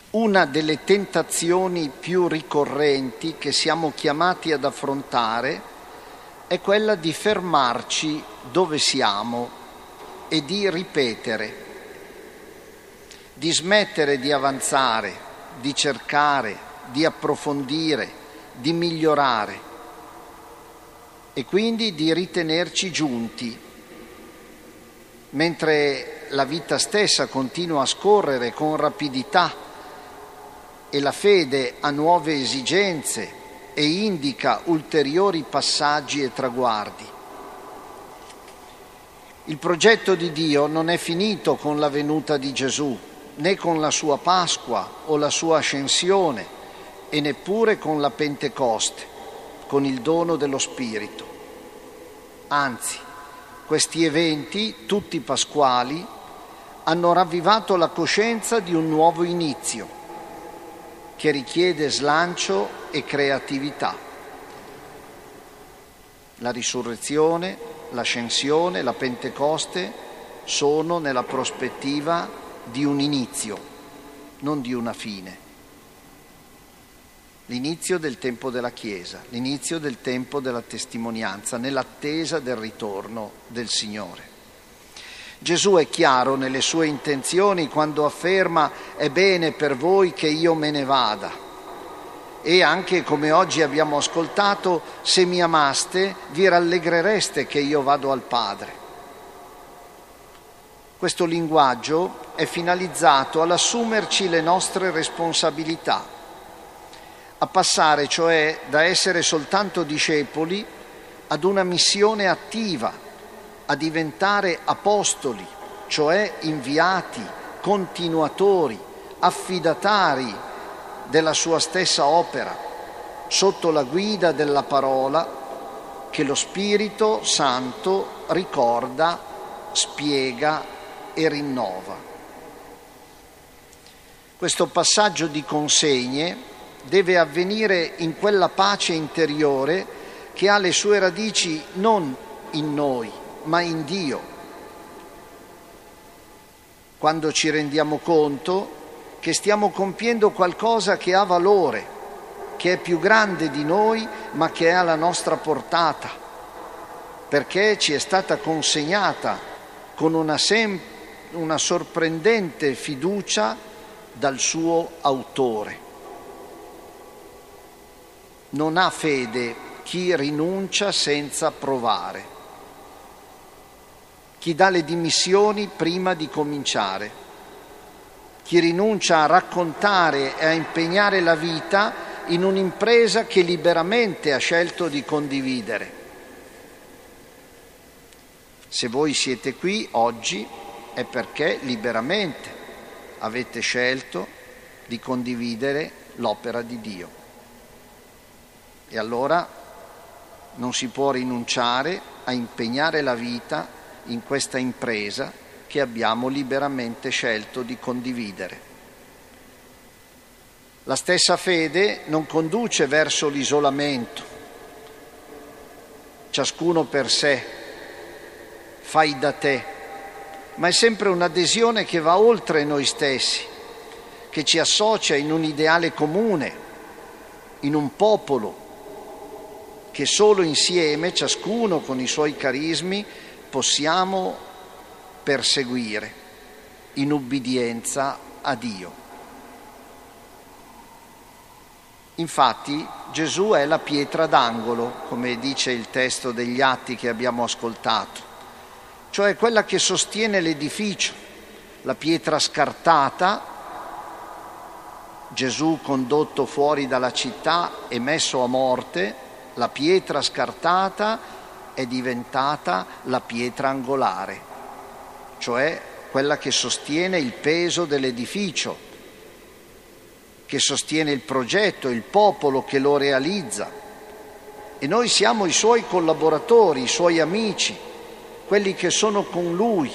Una delle tentazioni più ricorrenti che siamo chiamati ad affrontare è quella di fermarci dove siamo e di ripetere, di smettere di avanzare, di cercare, di approfondire, di migliorare e quindi di ritenerci giunti, mentre la vita stessa continua a scorrere con rapidità e la fede ha nuove esigenze e indica ulteriori passaggi e traguardi. Il progetto di Dio non è finito con la venuta di Gesù, né con la sua Pasqua o la sua ascensione, e neppure con la Pentecoste, con il dono dello Spirito. Anzi, questi eventi, tutti pasquali, hanno ravvivato la coscienza di un nuovo inizio, che richiede slancio e creatività. La risurrezione, l'ascensione, la Pentecoste sono nella prospettiva di un inizio, non di una fine. L'inizio del tempo della Chiesa, l'inizio del tempo della testimonianza, nell'attesa del ritorno del Signore. Gesù è chiaro nelle sue intenzioni quando afferma «È bene per voi che io me ne vada». E anche, come oggi abbiamo ascoltato, «Se mi amaste, vi rallegrereste che io vado al Padre». Questo linguaggio è finalizzato all'assumerci le nostre responsabilità, a passare cioè da essere soltanto discepoli ad una missione attiva, a diventare apostoli, cioè inviati, continuatori, affidatari della sua stessa opera, sotto la guida della parola che lo Spirito Santo ricorda, spiega e rinnova. Questo passaggio di consegne deve avvenire in quella pace interiore che ha le sue radici non in noi, ma in Dio. Quando ci rendiamo conto che stiamo compiendo qualcosa che ha valore, che è più grande di noi, ma che è alla nostra portata, perché ci è stata consegnata con una sorprendente fiducia dal suo autore. Non ha fede chi rinuncia senza provare, chi dà le dimissioni prima di cominciare, chi rinuncia a raccontare e a impegnare la vita in un'impresa che liberamente ha scelto di condividere. Se voi siete qui oggi è perché liberamente avete scelto di condividere l'opera di Dio. E allora non si può rinunciare a impegnare la vita in questa impresa che abbiamo liberamente scelto di condividere. La stessa fede non conduce verso l'isolamento, ciascuno per sé, fai da te, ma è sempre un'adesione che va oltre noi stessi, che ci associa in un ideale comune, in un popolo, che solo insieme, ciascuno con i suoi carismi, possiamo perseguire in ubbidienza a Dio. Infatti Gesù è la pietra d'angolo, come dice il testo degli Atti che abbiamo ascoltato, cioè quella che sostiene l'edificio, la pietra scartata, Gesù condotto fuori dalla città e messo a morte, la pietra scartata è diventata la pietra angolare, cioè quella che sostiene il peso dell'edificio, che sostiene il progetto, il popolo che lo realizza. E noi siamo i suoi collaboratori, i suoi amici, quelli che sono con lui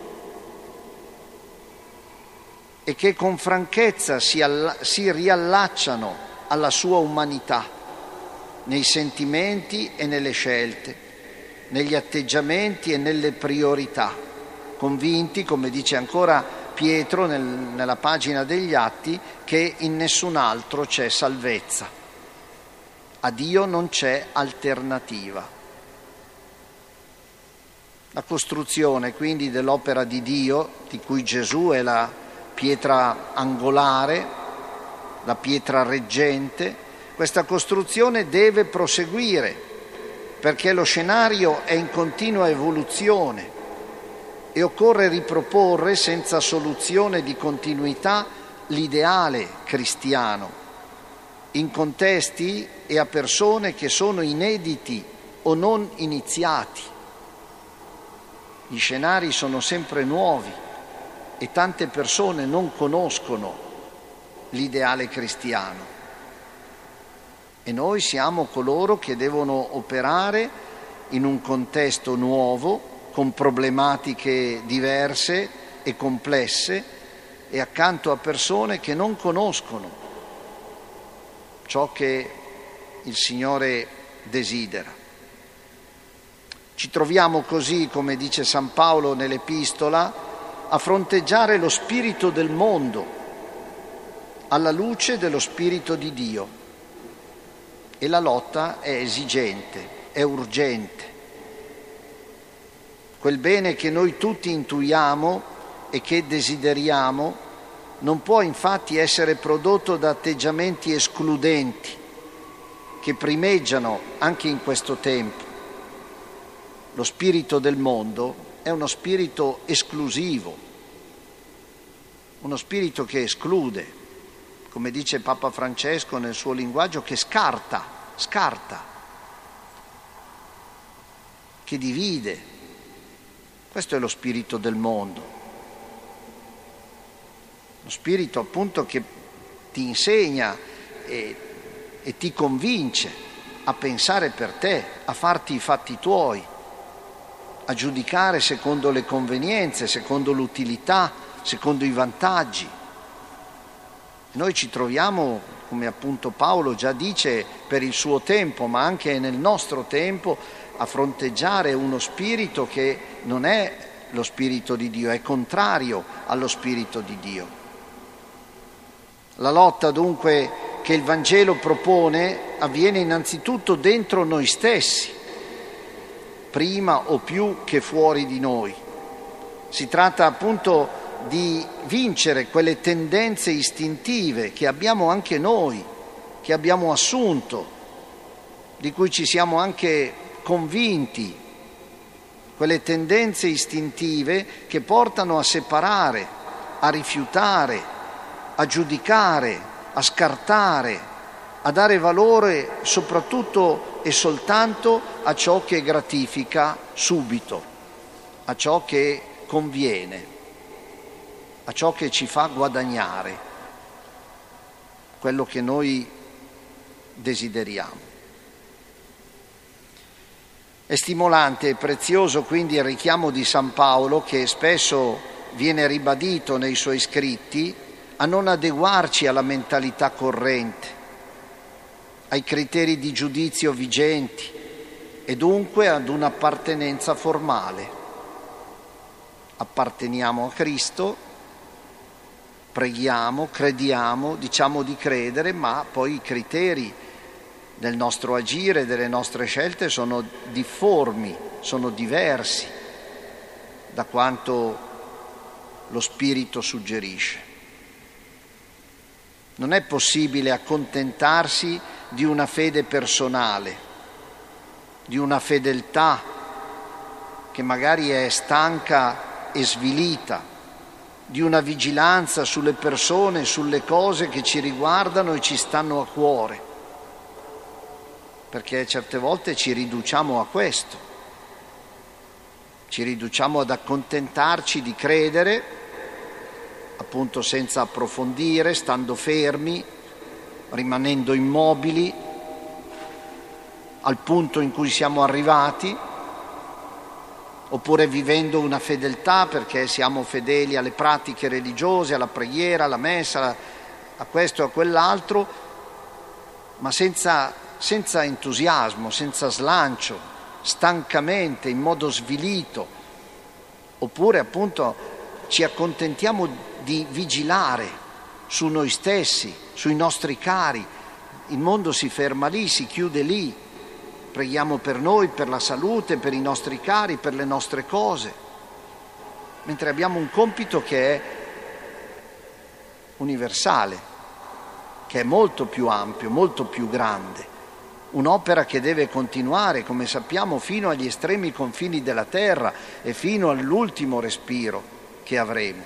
e che con franchezza si riallacciano alla sua umanità, nei sentimenti e nelle scelte, negli atteggiamenti e nelle priorità, convinti, come dice ancora Pietro nella pagina degli Atti che in nessun altro c'è salvezza. A Dio non c'è alternativa. La costruzione quindi dell'opera di Dio, di cui Gesù è la pietra angolare, la pietra reggente, questa costruzione deve proseguire perché lo scenario è in continua evoluzione e occorre riproporre senza soluzione di continuità l'ideale cristiano in contesti e a persone che sono inediti o non iniziati. Gli scenari sono sempre nuovi e tante persone non conoscono l'ideale cristiano. E noi siamo coloro che devono operare in un contesto nuovo, con problematiche diverse e complesse, e accanto a persone che non conoscono ciò che il Signore desidera. Ci troviamo così, come dice San Paolo nell'Epistola, a fronteggiare lo spirito del mondo alla luce dello Spirito di Dio. E la lotta è esigente, è urgente. Quel bene che noi tutti intuiamo e che desideriamo non può infatti essere prodotto da atteggiamenti escludenti che primeggiano anche in questo tempo. Lo spirito del mondo è uno spirito esclusivo, uno spirito che esclude, come dice Papa Francesco nel suo linguaggio, che scarta, che divide. Questo è lo spirito del mondo, lo spirito appunto che ti insegna e ti convince a pensare per te, a farti i fatti tuoi, a giudicare secondo le convenienze, secondo l'utilità, secondo i vantaggi. Noi ci troviamo, come appunto Paolo già dice, per il suo tempo, ma anche nel nostro tempo, a fronteggiare uno spirito che non è lo spirito di Dio, è contrario allo spirito di Dio. La lotta dunque che il Vangelo propone avviene innanzitutto dentro noi stessi, prima o più che fuori di noi. Si tratta appunto di vincere quelle tendenze istintive che abbiamo anche noi, che abbiamo assunto, di cui ci siamo anche convinti, quelle tendenze istintive che portano a separare, a rifiutare, a giudicare, a scartare, a dare valore soprattutto e soltanto a ciò che gratifica subito, a ciò che conviene, a ciò che ci fa guadagnare, quello che noi desideriamo. È stimolante e prezioso quindi il richiamo di San Paolo, che spesso viene ribadito nei suoi scritti, a non adeguarci alla mentalità corrente, ai criteri di giudizio vigenti e dunque ad un'appartenenza formale. Apparteniamo a Cristo, preghiamo, crediamo, diciamo di credere, ma poi i criteri del nostro agire, delle nostre scelte sono difformi, sono diversi da quanto lo Spirito suggerisce. Non è possibile accontentarsi di una fede personale, di una fedeltà che magari è stanca e svilita, di una vigilanza sulle persone, sulle cose che ci riguardano e ci stanno a cuore, perché certe volte ci riduciamo a questo, ci riduciamo ad accontentarci di credere, appunto senza approfondire, stando fermi, rimanendo immobili al punto in cui siamo arrivati, oppure vivendo una fedeltà perché siamo fedeli alle pratiche religiose, alla preghiera, alla messa, a questo e a quell'altro, ma senza entusiasmo, senza slancio, stancamente, in modo svilito, oppure appunto ci accontentiamo di vigilare su noi stessi, sui nostri cari. Il mondo si ferma lì, si chiude lì. Preghiamo per noi, per la salute, per i nostri cari, per le nostre cose. Mentre abbiamo un compito che è universale, che è molto più ampio, molto più grande. Un'opera che deve continuare, come sappiamo, fino agli estremi confini della terra e fino all'ultimo respiro che avremo.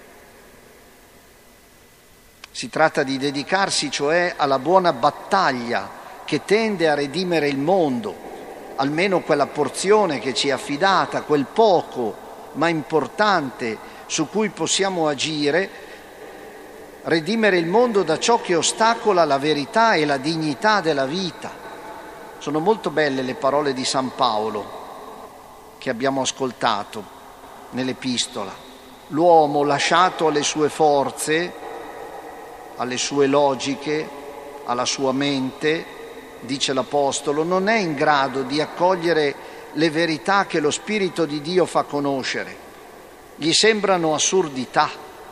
Si tratta di dedicarsi, cioè, alla buona battaglia che tende a redimere il mondo, almeno quella porzione che ci è affidata, quel poco ma importante su cui possiamo agire, redimere il mondo da ciò che ostacola la verità e la dignità della vita. Sono molto belle le parole di San Paolo che abbiamo ascoltato nell'Epistola. L'uomo, lasciato alle sue forze, alle sue logiche, alla sua mente, dice l'Apostolo, non è in grado di accogliere le verità che lo Spirito di Dio fa conoscere. Gli sembrano assurdità.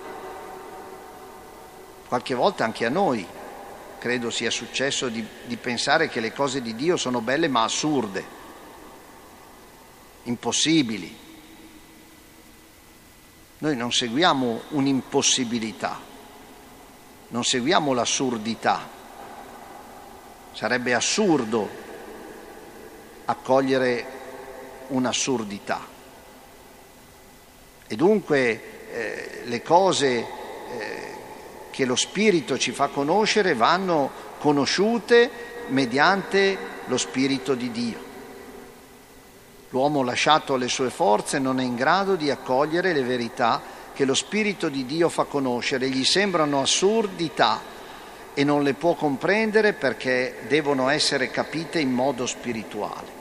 Qualche volta anche a noi credo sia successo di pensare che le cose di Dio sono belle ma assurde, impossibili. Noi non seguiamo un'impossibilità, non seguiamo l'assurdità. Sarebbe assurdo accogliere un'assurdità. E dunque le cose che lo Spirito ci fa conoscere vanno conosciute mediante lo Spirito di Dio. L'uomo lasciato alle sue forze non è in grado di accogliere le verità che lo Spirito di Dio fa conoscere, gli sembrano assurdità e non le può comprendere perché devono essere capite in modo spirituale.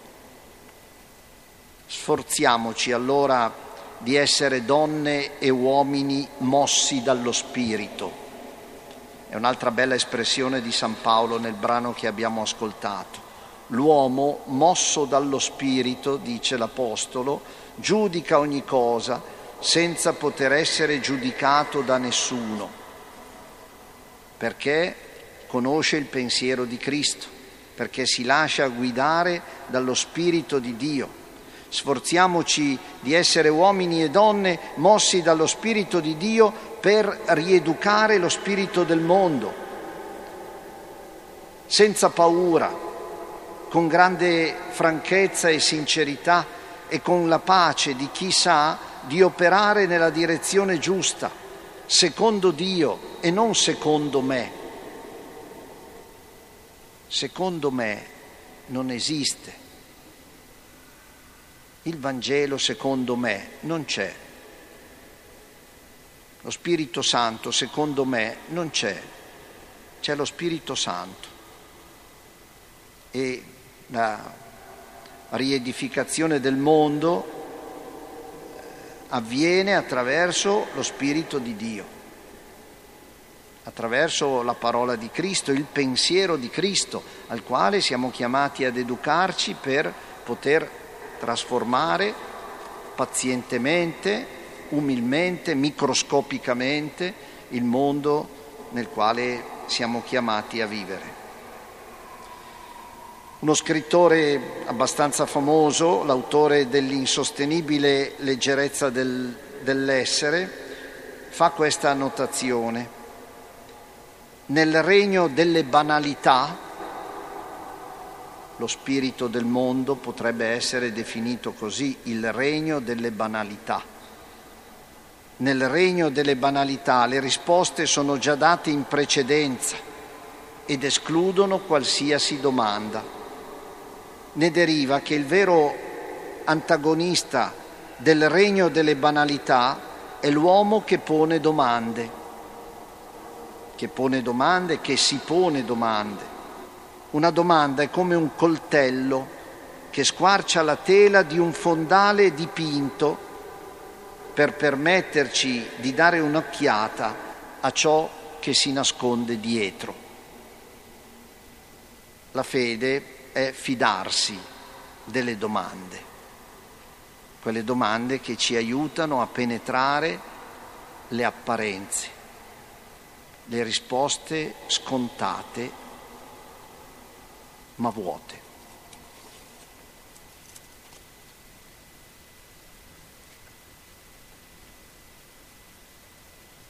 Sforziamoci allora di essere donne e uomini mossi dallo Spirito. È un'altra bella espressione di San Paolo nel brano che abbiamo ascoltato. L'uomo mosso dallo Spirito, dice l'Apostolo, giudica ogni cosa senza poter essere giudicato da nessuno, perché conosce il pensiero di Cristo, perché si lascia guidare dallo Spirito di Dio. Sforziamoci di essere uomini e donne mossi dallo Spirito di Dio per rieducare lo spirito del mondo, senza paura, con grande franchezza e sincerità e con la pace di chi sa di operare nella direzione giusta, secondo Dio e non secondo me. Secondo me non esiste. Il Vangelo secondo me non c'è. Lo Spirito Santo secondo me non c'è. C'è lo Spirito Santo. E la riedificazione del mondo avviene attraverso lo Spirito di Dio, attraverso la parola di Cristo, il pensiero di Cristo, al quale siamo chiamati ad educarci per poter trasformare pazientemente, umilmente, microscopicamente il mondo nel quale siamo chiamati a vivere. Uno scrittore abbastanza famoso, l'autore dell'insostenibile leggerezza dell'essere, fa questa annotazione. Nel regno delle banalità, lo spirito del mondo potrebbe essere definito così, il regno delle banalità. Nel regno delle banalità le risposte sono già date in precedenza ed escludono qualsiasi domanda. Ne deriva che il vero antagonista del regno delle banalità è l'uomo che pone domande, che si pone domande. Una domanda è come un coltello che squarcia la tela di un fondale dipinto per permetterci di dare un'occhiata a ciò che si nasconde dietro. La fede è fidarsi delle domande. quelle domande che ci aiutano a penetrare le apparenze, le risposte scontate ma vuote.